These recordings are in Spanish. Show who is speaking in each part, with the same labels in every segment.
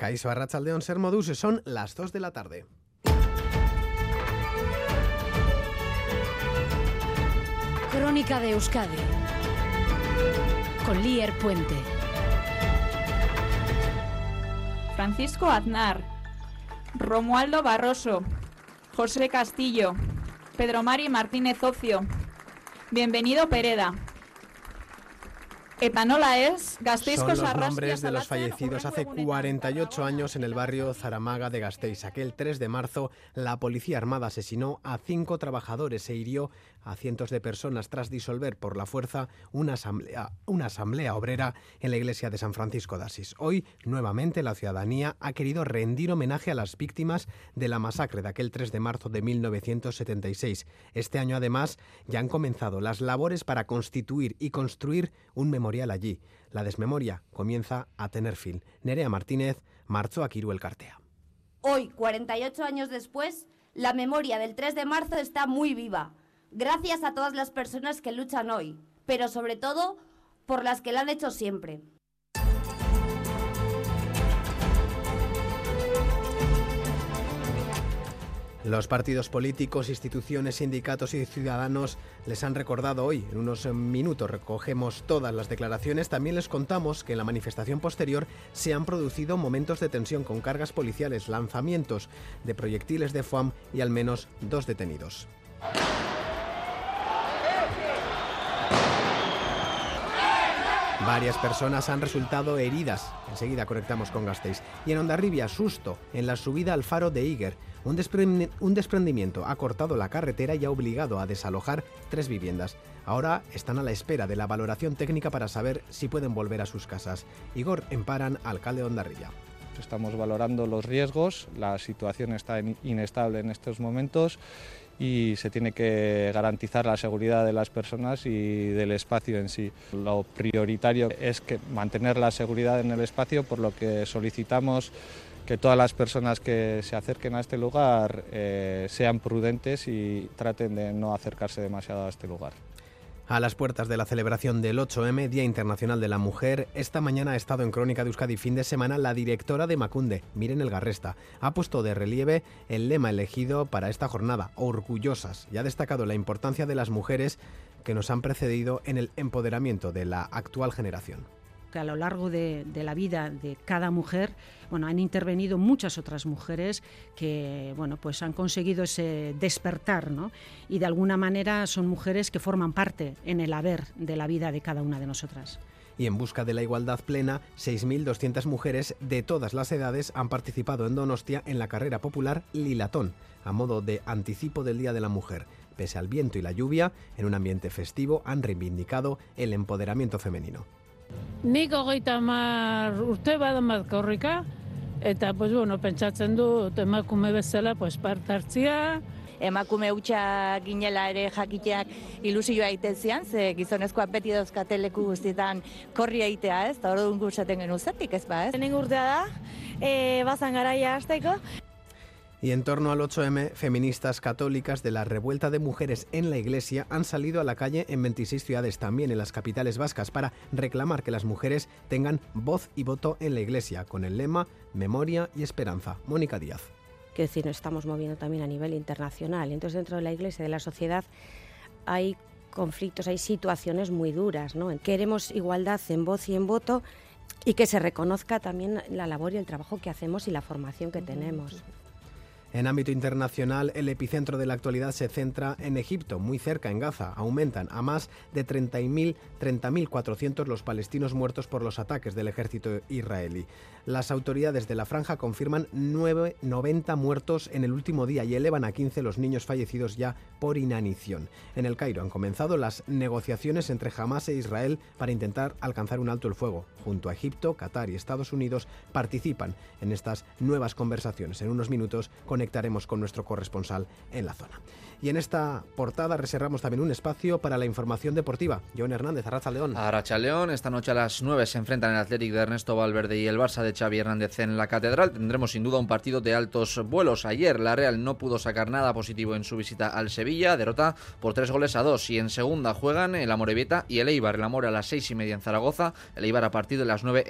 Speaker 1: Kaixo Arratsaldeon, Ser Modus, son las 2 de la tarde.
Speaker 2: Crónica de Euskadi con Lier Puente.
Speaker 3: Francisco Aznar, Romualdo Barroso, José Castillo, Pedro Mari Martínez Ocio. Bienvenido Pereda. Etanola es Gasteizko.
Speaker 1: Son los nombres de los fallecidos hace 48 años en el barrio Zaramaga de Gasteiz. Aquel 3 de marzo, la policía armada asesinó a 5 trabajadores e hirió a cientos de personas tras disolver por la fuerza una asamblea obrera en la iglesia de San Francisco de Asís. Hoy, nuevamente, la ciudadanía ha querido rendir homenaje a las víctimas de la masacre de aquel 3 de marzo de 1976. Este año, además, ya han comenzado las labores para constituir y construir un memorial allí. La desmemoria comienza a tener fin. Nerea Martínez, Martxoak Hiru elkartea.
Speaker 4: Hoy, 48 años después, la memoria del 3 de marzo está muy viva. Gracias a todas las personas que luchan hoy, pero sobre todo por las que la han hecho siempre.
Speaker 1: Los partidos políticos, instituciones, sindicatos y ciudadanos les han recordado hoy. En unos minutos recogemos todas las declaraciones. También les contamos que en la manifestación posterior se han producido momentos de tensión con cargas policiales, lanzamientos de proyectiles de foam y al menos 2 detenidos. Varias personas han resultado heridas. Enseguida conectamos con Gasteiz. Y en Hondarribia, susto en la subida al faro de Iger. Un desprendimiento ha cortado la carretera y ha obligado a desalojar 3 viviendas. Ahora están a la espera de la valoración técnica para saber si pueden volver a sus casas. Igor Emparan, alcalde de Hondarribia.
Speaker 5: Estamos valorando los riesgos, la situación está inestable en estos momentos y se tiene que garantizar la seguridad de las personas y del espacio en sí. Lo prioritario es mantener la seguridad en el espacio, por lo que solicitamos que todas las personas que se acerquen a este lugar sean prudentes y traten de no acercarse demasiado a este lugar.
Speaker 1: A las puertas de la celebración del 8M, Día Internacional de la Mujer, esta mañana ha estado en Crónica de Euskadi fin de semana la directora de Emakunde, Miren Elgarresta. Ha puesto de relieve el lema elegido para esta jornada, orgullosas, y ha destacado la importancia de las mujeres que nos han precedido en el empoderamiento de la actual generación.
Speaker 6: Que a lo largo de la vida de cada mujer, han intervenido muchas otras mujeres que, pues han conseguido ese despertar, ¿no? Y de alguna manera son mujeres que forman parte en el haber de la vida de cada una de nosotras.
Speaker 1: Y en busca de la igualdad plena, 6.200 mujeres de todas las edades han participado en Donostia en la carrera popular Lilatón, a modo de anticipo del Día de la Mujer. Pese al viento y la lluvia, en un ambiente festivo han reivindicado el empoderamiento femenino.
Speaker 7: Nik 30 urte badamat korrika, eta pentsatzen dut emakume bezala parte hartzea.
Speaker 8: Emakume hutsa ginela ere jakiteak ilusioa egiten zian, ze gizonezkoak beti dauzkate leku guztietan korri egitea, ez? Ta orduan gustatzen genuen zertik, ez ba, ez?
Speaker 9: Lehenengo urtea da, bazan garaia hasteko.
Speaker 1: Y en torno al 8M, feministas católicas de la revuelta de mujeres en la Iglesia han salido a la calle en 26 ciudades, también en las capitales vascas, para reclamar que las mujeres tengan voz y voto en la Iglesia, con el lema Memoria y Esperanza. Mónica Díaz.
Speaker 10: Quiero decir, nos estamos moviendo también a nivel internacional. Entonces, dentro de la Iglesia, de la sociedad, hay conflictos, hay situaciones muy duras, ¿no? Queremos igualdad en voz y en voto y que se reconozca también la labor y el trabajo que hacemos y la formación que tenemos.
Speaker 1: En ámbito internacional, el epicentro de la actualidad se centra en Egipto, muy cerca, en Gaza. Aumentan a más de 30.400 los palestinos muertos por los ataques del ejército israelí. Las autoridades de la franja confirman 90 muertos en el último día y elevan a 15 los niños fallecidos ya por inanición. En el Cairo han comenzado las negociaciones entre Hamás e Israel para intentar alcanzar un alto el fuego. Junto a Egipto, Qatar y Estados Unidos participan en estas nuevas conversaciones. En unos minutos conectaremos con nuestro corresponsal en la zona. Y en esta portada reservamos también un espacio para la información deportiva. Jon Hernández, Arratsaldeon.
Speaker 11: Arratsaldeon, esta noche a las 9 se enfrentan el Athletic de Ernesto Valverde y el Barça de Xavi Hernández en la Catedral. Tendremos sin duda un partido de altos vuelos. Ayer la Real no pudo sacar nada positivo en su visita al Sevilla, derrota por 3-2. Y en segunda juegan el Amorebieta y el Eibar. El Amore a las 6:30 en Zaragoza, el Eibar a partir de las 9 en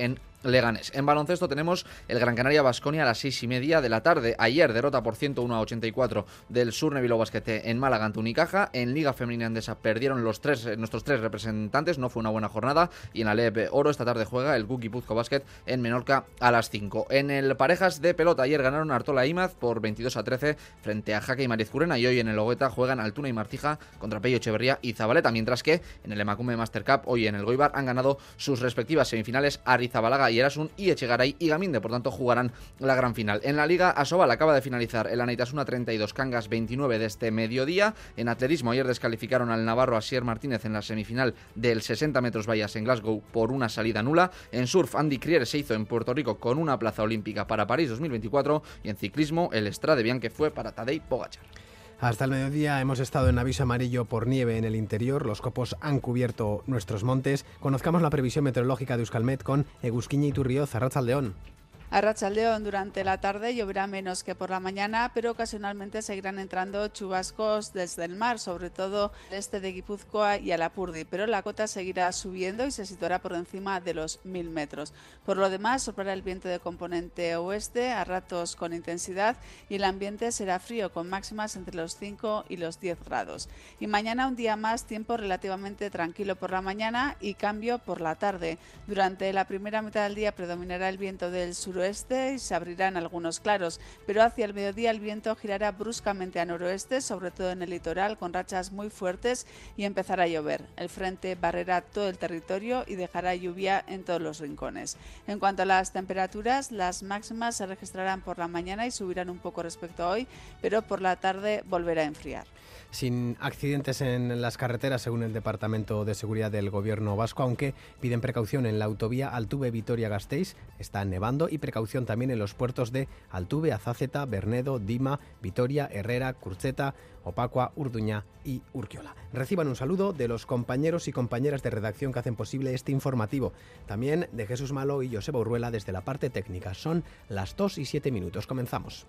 Speaker 11: Leganés. En baloncesto tenemos el Gran Canaria Baskonia a las 6:30 de la tarde. Ayer derrota por 101-84 del Surne Bilbao Basket en Málaga ante Unicaja. En Liga Femenina Endesa perdieron nuestros tres representantes, no fue una buena jornada. Y en Alep Oro esta tarde juega el Guipúzcoa Basket en Menorca a las 5. En el parejas de pelota ayer ganaron Artola e Imaz por 22-13 frente a Jaque y Marizcurena, y hoy en el Ogueta juegan Altuna y Martija contra Pello Echeverría y Zabaleta, mientras que en el Emakume Master Cup hoy en el Goibar han ganado sus respectivas semifinales Arrizabalaga y Erasun, y Echegaray y Gaminde, por tanto jugarán la gran final. En la Liga Asobal acaba de finalizar el Anaitasuna 32, Cangas 29 de este mediodía. En atletismo ayer descalificaron al navarro Asier Martínez en la semifinal del 60 metros vallas en Glasgow por una salida nula. En surf Andy Crier se hizo en Puerto Rico con una plaza olímpica para París 2024, y en ciclismo el Strade Bianche fue para Tadej Pogačar.
Speaker 1: Hasta el mediodía hemos estado en aviso amarillo por nieve en el interior. Los copos han cubierto nuestros montes. Conozcamos la previsión meteorológica de Euskalmet con Egusquiña Iturrioz. Arratsaldeon.
Speaker 12: Arratsaldeon, durante la tarde lloverá menos que por la mañana, pero ocasionalmente seguirán entrando chubascos desde el mar, sobre todo el este de Guipúzcoa y Alapurdi, pero la cota seguirá subiendo y se situará por encima de los 1000 metros. Por lo demás, soplará el viento de componente oeste, a ratos con intensidad, y el ambiente será frío, con máximas entre los 5 y los 10 grados. Y mañana un día más, tiempo relativamente tranquilo por la mañana y cambio por la tarde. Durante la primera mitad del día predominará el viento del suroeste y se abrirán algunos claros, pero hacia el mediodía el viento girará bruscamente a noroeste, sobre todo en el litoral, con rachas muy fuertes, y empezará a llover. El frente barrerá todo el territorio y dejará lluvia en todos los rincones. En cuanto a las temperaturas, las máximas se registrarán por la mañana y subirán un poco respecto a hoy, pero por la tarde volverá a enfriar.
Speaker 1: Sin accidentes en las carreteras, según el Departamento de Seguridad del Gobierno vasco, aunque piden precaución en la autovía Altuve-Vitoria-Gasteiz. Está nevando, y precaución también en los puertos de Altuve, Azáceta, Bernedo, Dima, Vitoria, Herrera, Curcheta, Opacua, Urduña y Urquiola. Reciban un saludo de los compañeros y compañeras de redacción que hacen posible este informativo. También de Jesús Malo y Joseba Urruela desde la parte técnica. Son las 2:07. Comenzamos.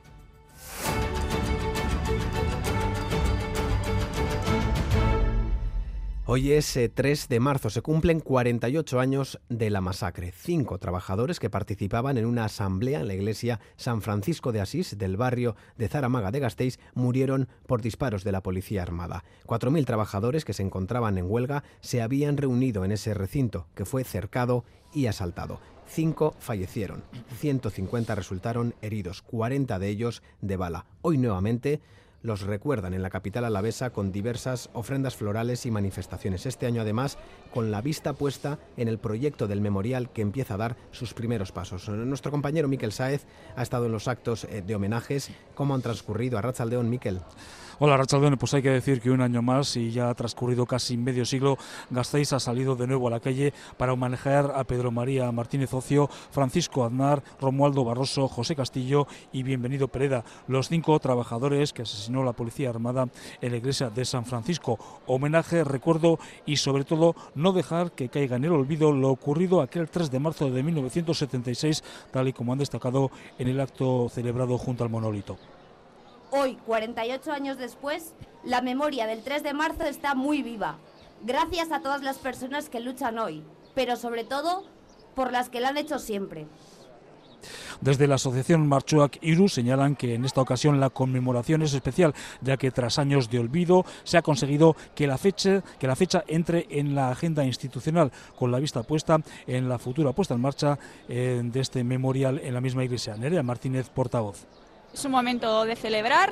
Speaker 1: Hoy es 3 de marzo, se cumplen 48 años de la masacre. 5 trabajadores que participaban en una asamblea en la iglesia San Francisco de Asís del barrio de Zaramaga de Gasteiz murieron por disparos de la policía armada. 4.000 trabajadores que se encontraban en huelga se habían reunido en ese recinto, que fue cercado y asaltado. 5 fallecieron, 150 resultaron heridos, 40 de ellos de bala. Hoy nuevamente los recuerdan en la capital alavesa con diversas ofrendas florales y manifestaciones. Este año, además, con la vista puesta en el proyecto del memorial que empieza a dar sus primeros pasos. Nuestro compañero Mikel Sáez ha estado en los actos de homenajes. ¿Cómo han transcurrido? Arratsaldeon, Mikel.
Speaker 13: Hola, Arratsaldeon. Pues hay que decir que un año más, y ya ha transcurrido casi medio siglo, Gasteiz ha salido de nuevo a la calle para homenajear a Pedro María Martínez Ocio, Francisco Aznar, Romualdo Barroso, José Castillo y Bienvenido Pereda, los 5 trabajadores que asesinó la policía armada en la iglesia de San Francisco. Homenaje, recuerdo y sobre todo no dejar que caiga en el olvido lo ocurrido aquel 3 de marzo de 1976, tal y como han destacado en el acto celebrado junto al monolito.
Speaker 4: Hoy, 48 años después, la memoria del 3 de marzo está muy viva. Gracias a todas las personas que luchan hoy, pero sobre todo por las que la han hecho siempre.
Speaker 13: Desde la asociación Martxoak Iru señalan que en esta ocasión la conmemoración es especial, ya que tras años de olvido se ha conseguido que la fecha entre en la agenda institucional, con la vista puesta en la futura puesta en marcha de este memorial en la misma iglesia. Nerea Martínez, portavoz.
Speaker 3: Es un momento de celebrar,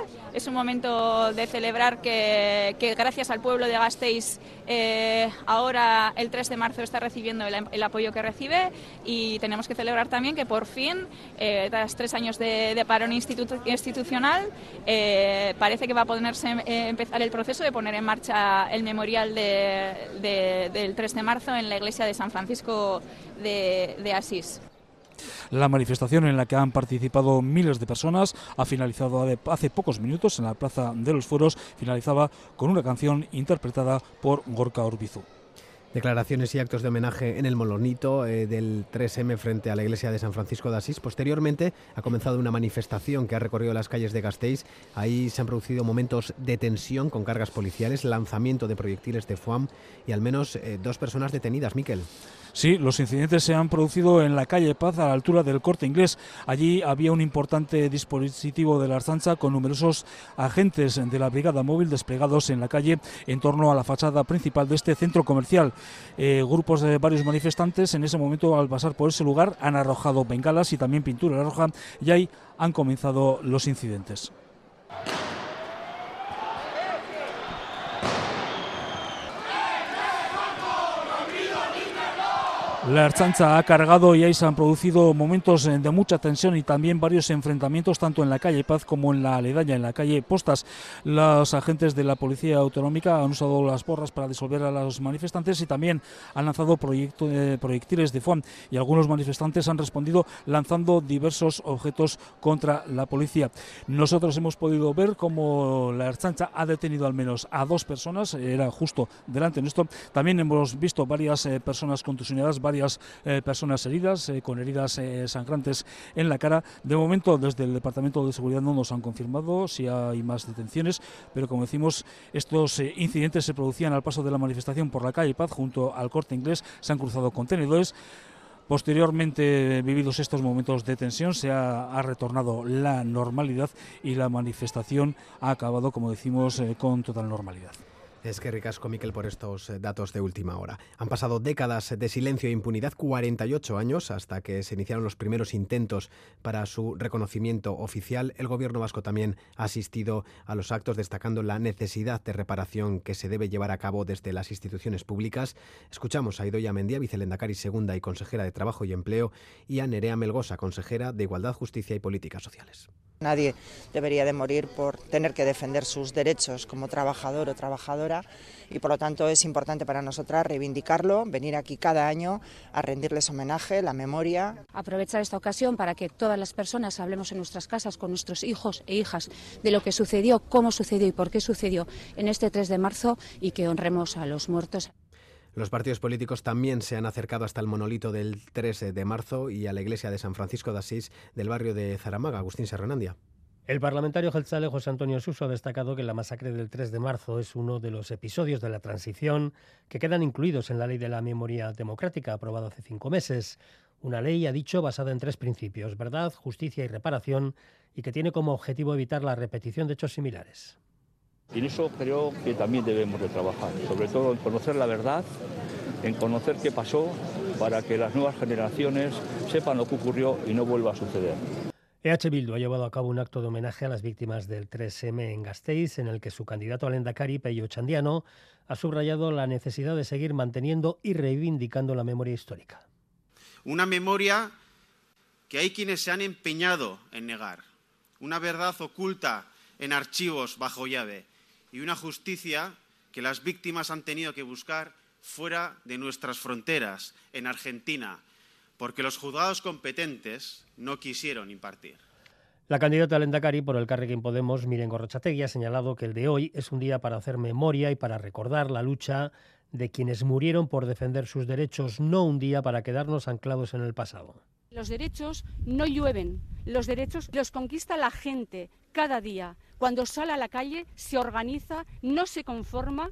Speaker 3: que gracias al pueblo de Gasteiz ahora el 3 de marzo está recibiendo el apoyo que recibe, y tenemos que celebrar también que por fin, tras 3 años de parón institucional, parece que va a empezar el proceso de poner en marcha el memorial del 3 de marzo en la iglesia de San Francisco de Asís.
Speaker 13: La manifestación, en la que han participado miles de personas, ha finalizado hace pocos minutos en la Plaza de los Fueros. Finalizaba con una canción interpretada por Gorka Orbizu.
Speaker 1: Declaraciones y actos de homenaje en el monolito del 3M frente a la iglesia de San Francisco de Asís. Posteriormente ha comenzado una manifestación que ha recorrido las calles de Gasteiz. Ahí se han producido momentos de tensión con cargas policiales, lanzamiento de proyectiles de foam y al menos 2 personas detenidas. Miquel.
Speaker 13: Sí, los incidentes se han producido en la calle Paz, a la altura del Corte Inglés. Allí había un importante dispositivo de la Ertzaintza con numerosos agentes de la Brigada Móvil desplegados en la calle en torno a la fachada principal de este centro comercial. Grupos de varios manifestantes en ese momento, al pasar por ese lugar, han arrojado bengalas y también pintura roja, y ahí han comenzado los incidentes. La Ertzaintza ha cargado y ahí se han producido momentos de mucha tensión y también varios enfrentamientos tanto en la calle Paz como en la aledaña, en la calle Postas. Los agentes de la Policía Autonómica han usado las porras para disolver a los manifestantes y también han lanzado proyectiles de foam, y algunos manifestantes han respondido lanzando diversos objetos contra la policía. Nosotros hemos podido ver cómo la Ertzaintza ha detenido al menos a 2 personas, era justo delante nuestro. También hemos visto varias personas contusionadas, varias personas heridas, con heridas sangrantes en la cara. De momento, desde el Departamento de Seguridad no nos han confirmado si hay más detenciones, pero como decimos, estos incidentes se producían al paso de la manifestación por la calle Paz junto al Corte Inglés. Se han cruzado contenedores. Posteriormente, vividos estos momentos de tensión, se ha retornado la normalidad y la manifestación ha acabado, como decimos, con total normalidad.
Speaker 1: Es que ricasco, Miquel, por estos datos de última hora. Han pasado décadas de silencio e impunidad, 48 años, hasta que se iniciaron los primeros intentos para su reconocimiento oficial. El gobierno vasco también ha asistido a los actos, destacando la necesidad de reparación que se debe llevar a cabo desde las instituciones públicas. Escuchamos a Idoia Mendia, vicelendakari segunda y consejera de Trabajo y Empleo, y a Nerea Melgosa, consejera de Igualdad, Justicia y Políticas Sociales.
Speaker 14: Nadie debería de morir por tener que defender sus derechos como trabajador o trabajadora, y por lo tanto es importante para nosotras reivindicarlo, venir aquí cada año a rendirles homenaje, la memoria.
Speaker 15: Aprovechar esta ocasión para que todas las personas hablemos en nuestras casas con nuestros hijos e hijas de lo que sucedió, cómo sucedió y por qué sucedió en este 3 de marzo y que honremos a los muertos.
Speaker 1: Los partidos políticos también se han acercado hasta el monolito del 3 de marzo y a la iglesia de San Francisco de Asís del barrio de Zaramaga. Agustín Serranandia.
Speaker 16: El parlamentario jeltzale José Antonio Suso ha destacado que la masacre del 3 de marzo es uno de los episodios de la transición que quedan incluidos en la Ley de la Memoria Democrática, aprobada hace 5 meses. Una ley, ha dicho, basada en 3 principios: verdad, justicia y reparación, y que tiene como objetivo evitar la repetición de hechos similares.
Speaker 17: Y en eso creo que también debemos de trabajar, sobre todo en conocer la verdad, en conocer qué pasó, para que las nuevas generaciones sepan lo que ocurrió y no vuelva a suceder.
Speaker 16: EH Bildu ha llevado a cabo un acto de homenaje a las víctimas del 3M en Gasteiz, en el que su candidato al lehendakari, Pello Otxandiano, ha subrayado la necesidad de seguir manteniendo y reivindicando la memoria histórica.
Speaker 18: Una memoria que hay quienes se han empeñado en negar, una verdad oculta en archivos bajo llave, y una justicia que las víctimas han tenido que buscar fuera de nuestras fronteras, en Argentina, porque los juzgados competentes no quisieron impartir.
Speaker 16: La candidata al lehendakari por Elkarrekin Podemos, Miren Gorrotxategi, ha señalado que el de hoy es un día para hacer memoria y para recordar la lucha de quienes murieron por defender sus derechos, no un día para quedarnos anclados en el pasado.
Speaker 19: Los derechos no llueven, los derechos los conquista la gente cada día. Cuando sale a la calle, se organiza, no se conforma,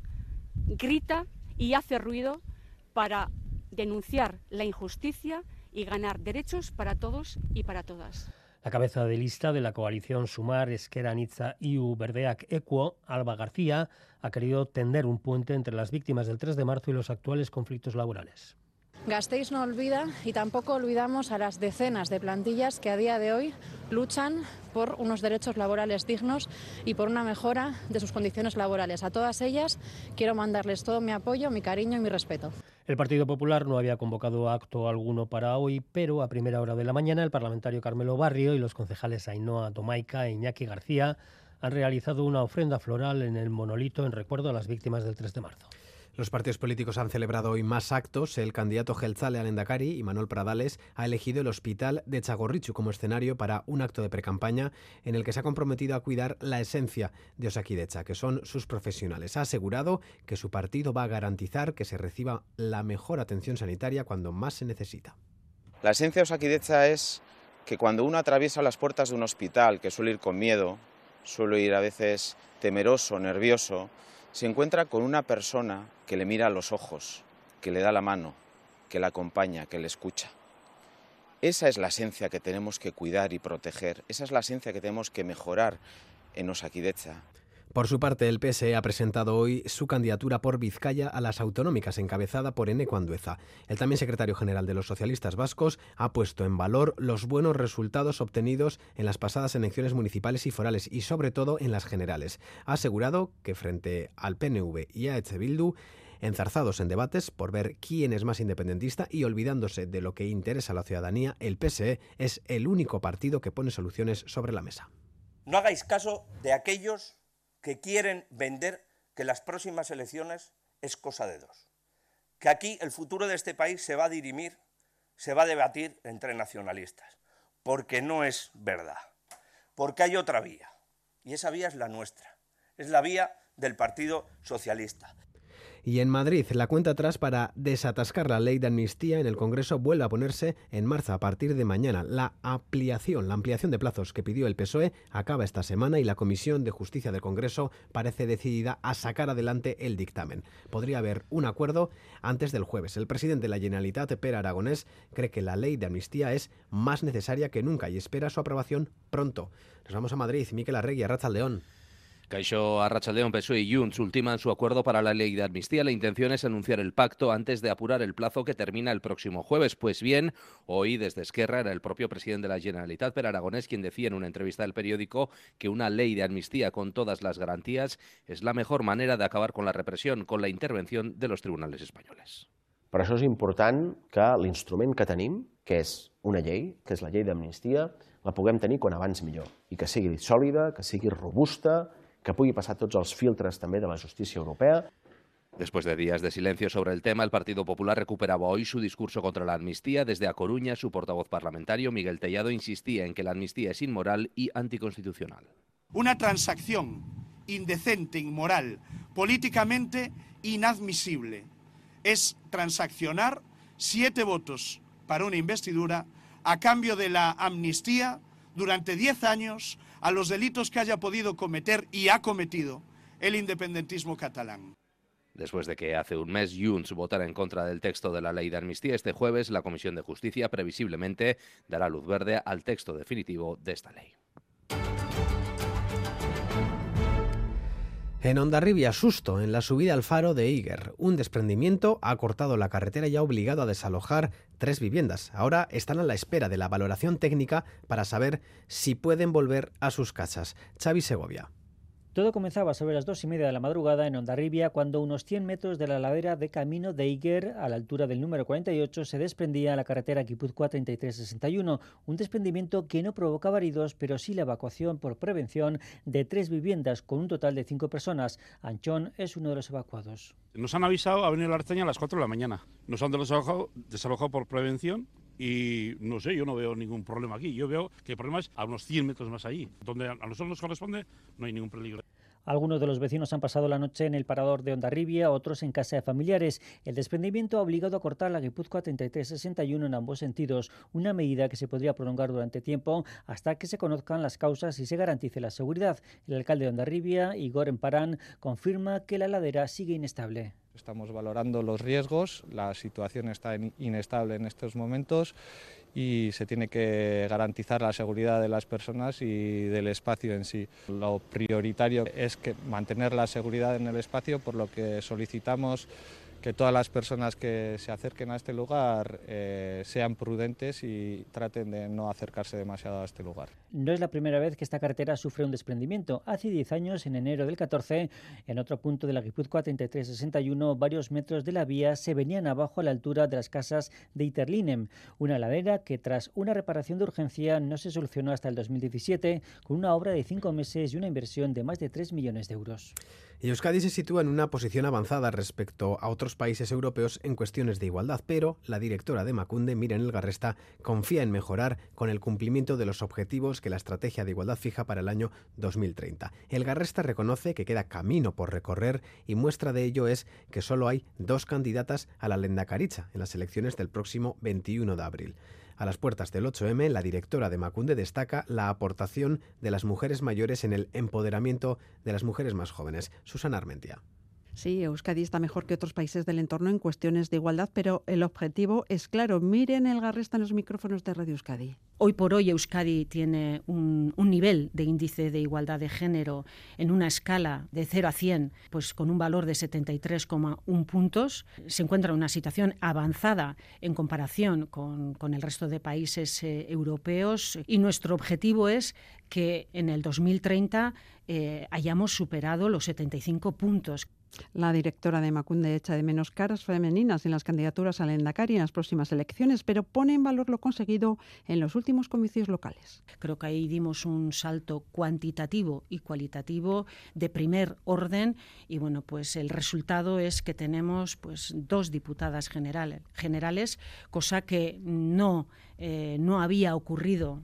Speaker 19: grita y hace ruido para denunciar la injusticia y ganar derechos para todos y para todas.
Speaker 16: La cabeza de lista de la coalición Sumar, Ezker Anitza, Iu Berdeak Equo, Alba García, ha querido tender un puente entre las víctimas del 3 de marzo y los actuales conflictos laborales.
Speaker 20: Gasteiz no olvida y tampoco olvidamos a las decenas de plantillas que a día de hoy luchan por unos derechos laborales dignos y por una mejora de sus condiciones laborales. A todas ellas quiero mandarles todo mi apoyo, mi cariño y mi respeto.
Speaker 16: El Partido Popular no había convocado acto alguno para hoy, pero a primera hora de la mañana el parlamentario Carmelo Barrio y los concejales Ainhoa Tomaica e Iñaki García han realizado una ofrenda floral en el monolito en recuerdo a las víctimas del 3 de marzo.
Speaker 1: Los partidos políticos han celebrado hoy más actos. El candidato Jeltzale al Lehendakari, Imanol Pradales, ha elegido el hospital de Txagorritxu como escenario para un acto de precampaña en el que se ha comprometido a cuidar la esencia de Osakidetza, que son sus profesionales. Ha asegurado que su partido va a garantizar que se reciba la mejor atención sanitaria cuando más se necesita.
Speaker 21: La esencia de Osakidetza es que cuando uno atraviesa las puertas de un hospital, que suele ir con miedo, suele ir a veces temeroso, nervioso, se encuentra con una persona que le mira a los ojos, que le da la mano, que la acompaña, que le escucha. Esa es la esencia que tenemos que cuidar y proteger, esa es la esencia que tenemos que mejorar en Osakidetza.
Speaker 1: Por su parte, el PSE ha presentado hoy su candidatura por Vizcaya a las autonómicas, encabezada por Eneko Andueza. El también secretario general de los socialistas vascos ha puesto en valor los buenos resultados obtenidos en las pasadas elecciones municipales y forales y, sobre todo, en las generales. Ha asegurado que frente al PNV y a EH Bildu, enzarzados en debates por ver quién es más independentista y olvidándose de lo que interesa a la ciudadanía, el PSE es el único partido que pone soluciones sobre la mesa.
Speaker 22: No hagáis caso de aquellos que quieren vender que las próximas elecciones es cosa de dos. Que aquí el futuro de este país se va a dirimir, se va a debatir entre nacionalistas. Porque no es verdad. Porque hay otra vía. Y esa vía es la nuestra. Es la vía del Partido Socialista.
Speaker 1: Y en Madrid, la cuenta atrás para desatascar la ley de amnistía en el Congreso vuelve a ponerse en marcha a partir de mañana. La ampliación de plazos que pidió el PSOE acaba esta semana y la Comisión de Justicia del Congreso parece decidida a sacar adelante el dictamen. Podría haber un acuerdo antes del jueves. El presidente de la Generalitat, Pere Aragonés, cree que la ley de amnistía es más necesaria que nunca y espera su aprobación pronto. Nos vamos a Madrid. Mikel Arregui, Arratsaldeon.
Speaker 23: Kaixo, Arratsaldeon, PSOE y Junts ultiman su acuerdo para la ley de amnistía. La intención es anunciar el pacto antes de apurar el plazo que termina el próximo jueves. Pues bien, hoy desde Esquerra era el propio presidente de la Generalitat, Pere Aragonés, quien decía en una entrevista al periódico que una ley de amnistía con todas las garantías es la mejor manera de acabar con la represión, con la intervención de los tribunales españoles.
Speaker 24: Per això és important que l'instrument que tenim, que és una llei, que és la llei d'amnistia, la puguem tenir quan abans millor i que sigui sòlida, que sigui robusta, que pugui passar tots els filtres també de la justícia europea.
Speaker 23: Después de días de silencio sobre el tema, el Partido Popular recuperaba hoy su discurso contra la amnistía. Desde A Coruña, su portavoz parlamentario, Miguel Tellado, insistía en que la amnistía es inmoral y anticonstitucional.
Speaker 25: Una transacción indecente, inmoral, políticamente inadmisible. Es transaccionar 7 votos para una investidura a cambio de la amnistía durante 10 años a los delitos que haya podido cometer y ha cometido el independentismo catalán.
Speaker 23: Después de que hace un mes Junts votara en contra del texto de la ley de amnistía, este jueves la Comisión de Justicia previsiblemente dará luz verde al texto definitivo de esta ley.
Speaker 1: En Hondarribia, susto en la subida al faro de Iguer. Un desprendimiento ha cortado la carretera y ha obligado a desalojar 3 viviendas. Ahora están a la espera de la valoración técnica para saber si pueden volver a sus casas. Xavi Segovia.
Speaker 26: Todo comenzaba sobre las 2:30 de la madrugada en Hondarribia, cuando unos 100 metros de la ladera de camino de Iguer, a la altura del número 48, se desprendía la carretera Guipúzcoa 3361. Un desprendimiento que no provocaba heridos, pero sí la evacuación por prevención de 3 viviendas, con un total de 5 personas. Anchón es uno de los evacuados.
Speaker 27: Nos han avisado, ha venido la Arteña a las 4 de la mañana. Nos han desalojado por prevención. Y no sé, yo no veo ningún problema aquí. Yo veo que el problema es a unos 100 metros más allí. Donde a nosotros nos corresponde, no hay ningún peligro.
Speaker 26: Algunos de los vecinos han pasado la noche en el parador de Hondarribia, otros en casa de familiares. El desprendimiento ha obligado a cortar la Guipúzcoa 3361 en ambos sentidos, una medida que se podría prolongar durante tiempo hasta que se conozcan las causas y se garantice la seguridad. El alcalde de Hondarribia, Igor Emparán, confirma que la ladera sigue inestable.
Speaker 5: Estamos valorando los riesgos, la situación está inestable en estos momentos y se tiene que garantizar la seguridad de las personas y del espacio en sí. Lo prioritario es mantener la seguridad en el espacio, por lo que solicitamos que todas las personas que se acerquen a este lugar sean prudentes y traten de no acercarse demasiado a este lugar.
Speaker 26: No es la primera vez que esta carretera sufre un desprendimiento. Hace 10 años, en enero del 14, en otro punto de la Guipúzcoa 3361, varios metros de la vía se venían abajo a la altura de las casas de Iterlinem, una ladera que tras una reparación de urgencia no se solucionó hasta el 2017, con una obra de 5 meses y una inversión de más de 3 millones de euros.
Speaker 1: Y Euskadi se sitúa en una posición avanzada respecto a otros países europeos en cuestiones de igualdad, pero la directora de Emakunde, Miren Elgarresta, confía en mejorar con el cumplimiento de los objetivos que la estrategia de igualdad fija para el año 2030. Elgarresta reconoce que queda camino por recorrer y muestra de ello es que solo hay 2 candidatas a la Lehendakaritza en las elecciones del próximo 21 de abril. A las puertas del 8M, la directora de Emakunde destaca la aportación de las mujeres mayores en el empoderamiento de las mujeres más jóvenes. Susana Armentia.
Speaker 2: Sí, Euskadi está mejor que otros países del entorno en cuestiones de igualdad, pero el objetivo es claro. Miren Elgarresta en los micrófonos de Radio Euskadi.
Speaker 6: Hoy por hoy Euskadi tiene un nivel de índice de igualdad de género en una escala de 0 a 100, pues con un valor de 73,1 puntos. Se encuentra en una situación avanzada en comparación con el resto de países europeos y nuestro objetivo es que en el 2030 hayamos superado los 75 puntos.
Speaker 2: La directora de Emakunde echa de menos caras femeninas en las candidaturas al Lehendakari en las próximas elecciones, pero pone en valor lo conseguido en los últimos comicios locales.
Speaker 6: Creo que ahí dimos un salto cuantitativo y cualitativo de primer orden y bueno, pues el resultado es que tenemos pues 2 diputadas generales, cosa que no había ocurrido.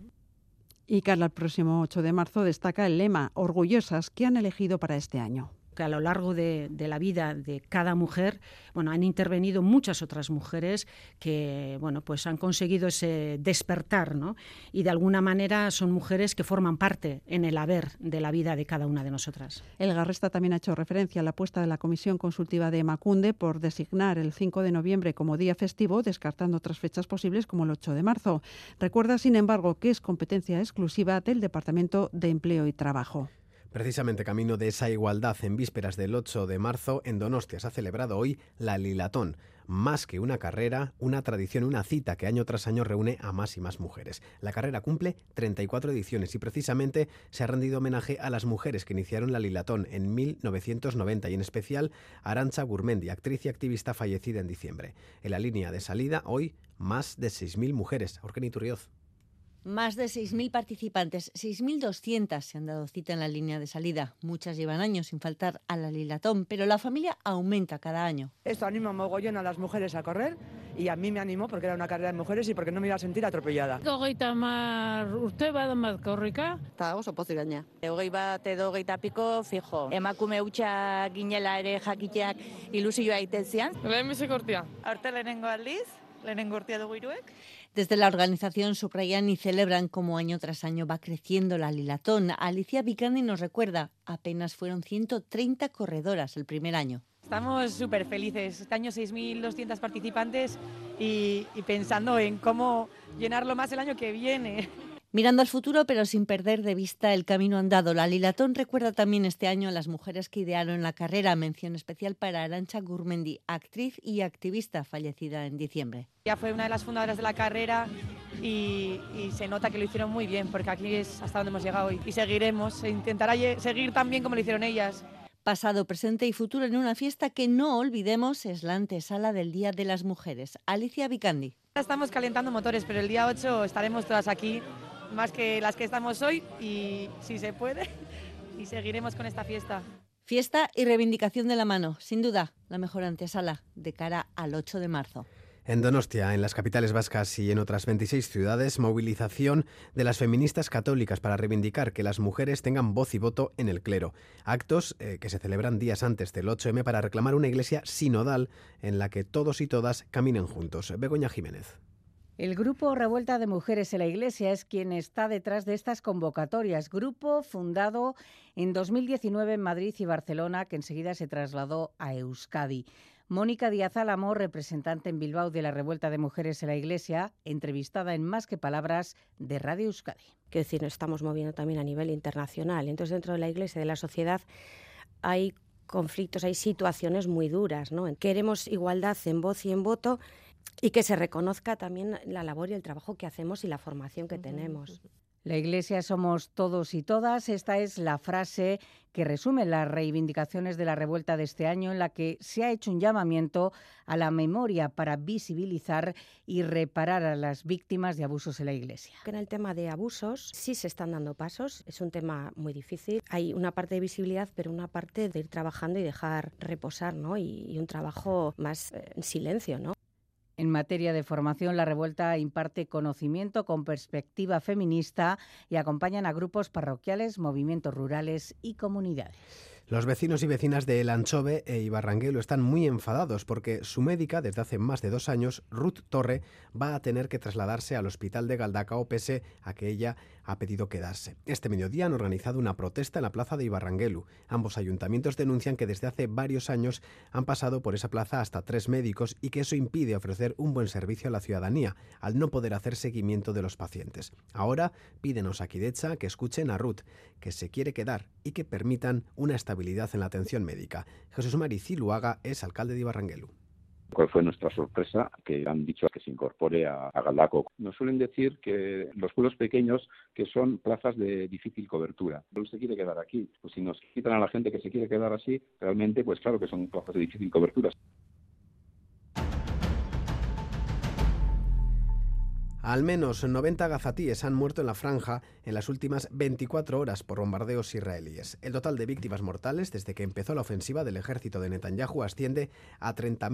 Speaker 2: Y Carla, el próximo 8 de marzo destaca el lema "Orgullosas", que han elegido para este año.
Speaker 6: Que a lo largo de la vida de cada mujer, bueno, han intervenido muchas otras mujeres que, bueno, pues han conseguido ese despertar, ¿no? Y de alguna manera son mujeres que forman parte en el haber de la vida de cada una de nosotras.
Speaker 2: Elgarresta también ha hecho referencia a la apuesta de la Comisión Consultiva de Emakunde por designar el 5 de noviembre como día festivo, descartando otras fechas posibles como el 8 de marzo. Recuerda, sin embargo, que es competencia exclusiva del Departamento de Empleo y Trabajo.
Speaker 1: Precisamente camino de esa igualdad, en vísperas del 8 de marzo, en Donostia se ha celebrado hoy la Lilatón. Más que una carrera, una tradición, una cita que año tras año reúne a más y más mujeres. La carrera cumple 34 ediciones y precisamente se ha rendido homenaje a las mujeres que iniciaron la Lilatón en 1990 y en especial a Arantxa Gurmendi, actriz y activista fallecida en diciembre. En la línea de salida, hoy, más de 6.000 mujeres. Orken Iturrioz.
Speaker 7: Más de 6.000 participantes, 6.200 se han dado cita en la línea de salida. Muchas llevan años sin faltar a la Lilatón, pero la familia aumenta cada año.
Speaker 8: Esto anima mogollón a las mujeres a correr y a mí me animó porque era una carrera de mujeres y porque no me iba a sentir atropellada.
Speaker 9: 30 urte badamat korrika.
Speaker 10: Eta oso pozik gaina.
Speaker 11: 21 edo 20 piko fijo. Emakume hutsa ginela ere jakiteak ilusioa itezian.
Speaker 9: Lehenbiziko urtea.
Speaker 11: Aurte lehenengo aldiz, lehenengo urtea dugu hiruek.
Speaker 7: Desde la organización subrayan y celebran cómo año tras año va creciendo la Lilatón. Alicia Vicandi nos recuerda, apenas fueron 130 corredoras el primer año.
Speaker 28: Estamos súper felices. Este año 6.200 participantes y pensando en cómo llenarlo más el año que viene.
Speaker 7: Mirando al futuro, pero sin perder de vista el camino andado, la Lilatón recuerda también este año a las mujeres que idearon la carrera. Mención especial para Arantxa Gurmendi, actriz y activista fallecida en diciembre.
Speaker 28: Ya fue una de las fundadoras de la carrera y se nota que lo hicieron muy bien, porque aquí es hasta donde hemos llegado hoy. Y seguiremos, se intentará seguir tan bien como lo hicieron ellas.
Speaker 7: Pasado, presente y futuro en una fiesta que no olvidemos es la antesala del Día de las Mujeres. Alicia Vicandi.
Speaker 28: Estamos calentando motores, pero el día 8 estaremos todas aquí, más que las que estamos hoy, y si se puede, y seguiremos con esta fiesta.
Speaker 7: Fiesta y reivindicación de la mano, sin duda, la mejor antesala de cara al 8 de marzo.
Speaker 1: En Donostia, en las capitales vascas y en otras 26 ciudades, movilización de las feministas católicas para reivindicar que las mujeres tengan voz y voto en el clero. Actos que se celebran días antes del 8M para reclamar una iglesia sinodal en la que todos y todas caminen juntos. Begoña Jiménez.
Speaker 29: El Grupo Revuelta de Mujeres en la Iglesia es quien está detrás de estas convocatorias. Grupo fundado en 2019 en Madrid y Barcelona, que enseguida se trasladó a Euskadi. Mónica Díaz Álamo, representante en Bilbao de la Revuelta de Mujeres en la Iglesia, entrevistada en Más que Palabras de Radio Euskadi.
Speaker 30: Quiero decir, nos estamos moviendo también a nivel internacional. Entonces, dentro de la Iglesia, de la sociedad, hay
Speaker 3: conflictos, hay situaciones muy duras, ¿no? Queremos igualdad en voz y en voto y que se reconozca también la labor y el trabajo que hacemos y la formación que tenemos.
Speaker 29: La Iglesia somos todos y todas. Esta es la frase que resume las reivindicaciones de la revuelta de este año, en la que se ha hecho un llamamiento a la memoria para visibilizar y reparar a las víctimas de abusos en la Iglesia.
Speaker 3: En el tema de abusos sí se están dando pasos, es un tema muy difícil. Hay una parte de visibilidad, pero una parte de ir trabajando y dejar reposar, ¿no? Y un trabajo más en silencio, ¿no?
Speaker 29: En materia de formación, la revuelta imparte conocimiento con perspectiva feminista y acompañan a grupos parroquiales, movimientos rurales y comunidades.
Speaker 1: Los vecinos y vecinas de El Anchove e Ibarranguelo están muy enfadados porque su médica, desde hace más de 2 años, Ruth Torre, va a tener que trasladarse al hospital de Galdacao pese a que ella ha pedido quedarse. Este mediodía han organizado una protesta en la plaza de Ibarranguelo. Ambos ayuntamientos denuncian que desde hace varios años han pasado por esa plaza hasta 3 médicos y que eso impide ofrecer un buen servicio a la ciudadanía, al no poder hacer seguimiento de los pacientes. Ahora piden a Osakidetza que escuchen a Ruth, que se quiere quedar y que permitan una estabilidad en la atención médica. Jesús Mari Ziluaga es alcalde de Ibarranguelo.
Speaker 4: ¿Cuál fue nuestra sorpresa? Que han dicho que se incorpore a Galdacao. Nos suelen decir que los pueblos pequeños que son plazas de difícil cobertura. ¿No se quiere quedar aquí? Pues si nos quitan a la gente que se quiere quedar así, realmente pues claro que son plazas de difícil cobertura.
Speaker 1: Al menos 90 gazatíes han muerto en la franja en las últimas 24 horas por bombardeos israelíes. El total de víctimas mortales desde que empezó la ofensiva del ejército de Netanyahu asciende a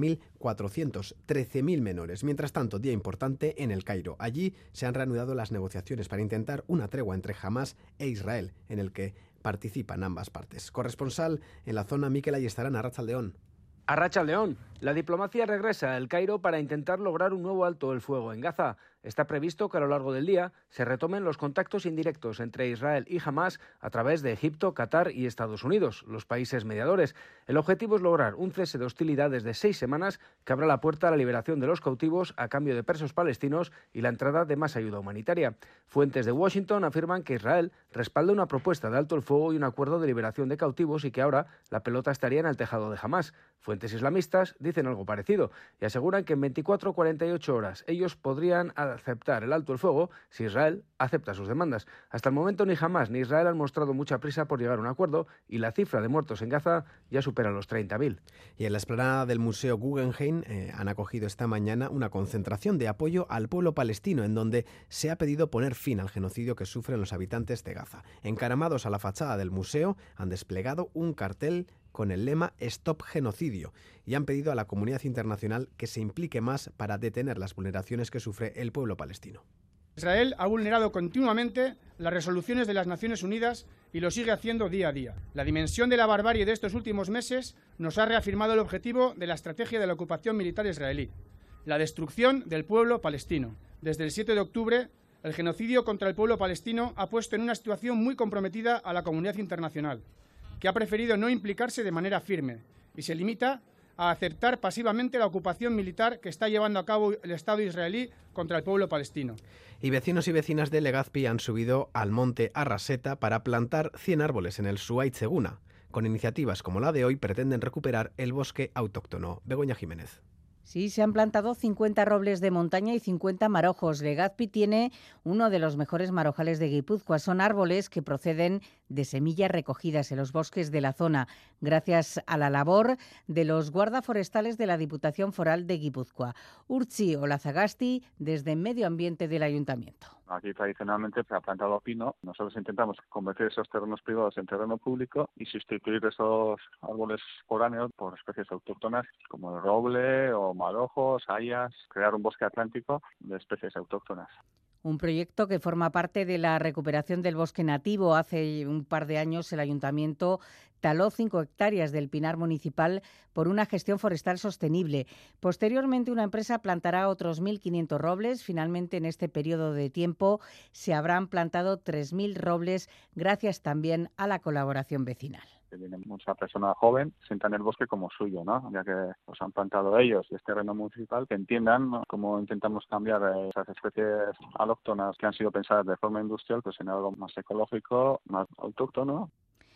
Speaker 1: 30.400, 13.000 menores. Mientras tanto, día importante en El Cairo. Allí se han reanudado las negociaciones para intentar una tregua entre Hamás e Israel, en el que participan ambas partes. Corresponsal en la zona, Mikel Ayestarán, Arratsaldeón.
Speaker 10: Arratsaldeón. La diplomacia regresa a El Cairo para intentar lograr un nuevo alto el fuego en Gaza. Está previsto que a lo largo del día se retomen los contactos indirectos entre Israel y Hamás a través de Egipto, Qatar y Estados Unidos, los países mediadores. El objetivo es lograr un cese de hostilidades de 6 semanas que abra la puerta a la liberación de los cautivos a cambio de presos palestinos y la entrada de más ayuda humanitaria. Fuentes de Washington afirman que Israel respalda una propuesta de alto el fuego y un acuerdo de liberación de cautivos y que ahora la pelota estaría en el tejado de Hamás. Fuentes islamistas dicen algo parecido y aseguran que en 24 o 48 horas ellos podrían aceptar el alto el fuego si Israel acepta sus demandas. Hasta el momento ni Hamás ni Israel han mostrado mucha prisa por llegar a un acuerdo y la cifra de muertos en Gaza ya supera los 30.000.
Speaker 1: Y en la explanada del Museo Guggenheim han acogido esta mañana una concentración de apoyo al pueblo palestino en donde se ha pedido poner fin al genocidio que sufren los habitantes de Gaza. Encaramados a la fachada del museo han desplegado un cartel con el lema Stop Genocidio y han pedido a la comunidad internacional que se implique más para detener las vulneraciones que sufre el pueblo palestino.
Speaker 12: Israel ha vulnerado continuamente las resoluciones de las Naciones Unidas y lo sigue haciendo día a día. La dimensión de la barbarie de estos últimos meses nos ha reafirmado el objetivo de la estrategia de la ocupación militar israelí, la destrucción del pueblo palestino. Desde el 7 de octubre, el genocidio contra el pueblo palestino ha puesto en una situación muy comprometida a la comunidad internacional, que ha preferido no implicarse de manera firme y se limita a aceptar pasivamente la ocupación militar que está llevando a cabo el Estado israelí contra el pueblo palestino.
Speaker 1: Y vecinos y vecinas de Legazpi han subido al monte Arraseta para plantar 100 árboles en el Suait Seguna. Con iniciativas como la de hoy pretenden recuperar el bosque autóctono. Begoña Jiménez.
Speaker 29: Sí, se han plantado 50 robles de montaña y 50 marojos. Legazpi tiene uno de los mejores marojales de Guipúzcoa. Son árboles que proceden de semillas recogidas en los bosques de la zona, gracias a la labor de los guardaforestales de la Diputación Foral de Guipúzcoa. Urtzi Olazagasti, desde Medio Ambiente del Ayuntamiento.
Speaker 13: Aquí tradicionalmente se ha plantado pino. Nosotros intentamos convertir esos terrenos privados en terreno público y sustituir esos árboles foráneos por especies autóctonas como el roble o marojos, hayas, crear un bosque atlántico de especies autóctonas.
Speaker 29: Un proyecto que forma parte de la recuperación del bosque nativo. Hace un par de años el Ayuntamiento taló 5 hectáreas del pinar municipal por una gestión forestal sostenible. Posteriormente, una empresa plantará otros 1.500 robles. Finalmente, en este periodo de tiempo, se habrán plantado 3.000 robles, gracias también a la colaboración vecinal.
Speaker 13: Viene mucha persona joven, sientan el bosque como suyo, ¿no? Ya que los han plantado ellos y es terreno municipal, que entiendan, ¿no?, cómo intentamos cambiar esas especies autóctonas que han sido pensadas de forma industrial, pues en algo más ecológico, más autóctono.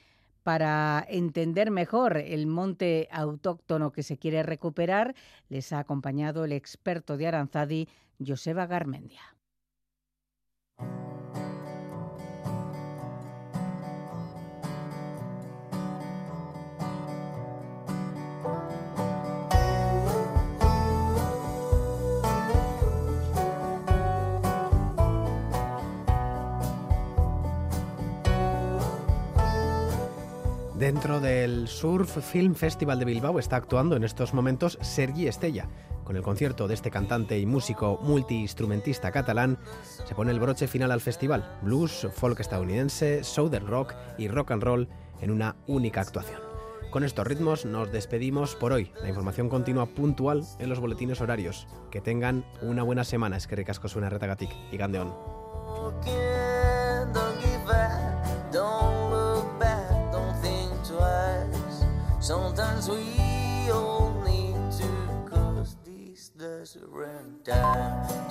Speaker 29: Para entender mejor el monte autóctono que se quiere recuperar, les ha acompañado el experto de Aranzadi, Joseba Garmendia.
Speaker 1: Dentro del Surf Film Festival de Bilbao está actuando en estos momentos Sergi Estella. Con el concierto de este cantante y músico multiinstrumentista catalán, se pone el broche final al festival. Blues, folk estadounidense, southern rock y rock and roll en una única actuación. Con estos ritmos nos despedimos por hoy. La información continúa puntual en los boletines horarios. Que tengan una buena semana. Eskerrik asko zuen arretagatik. Igandeon.
Speaker 14: Sometimes we all need to, 'cause these days are in time.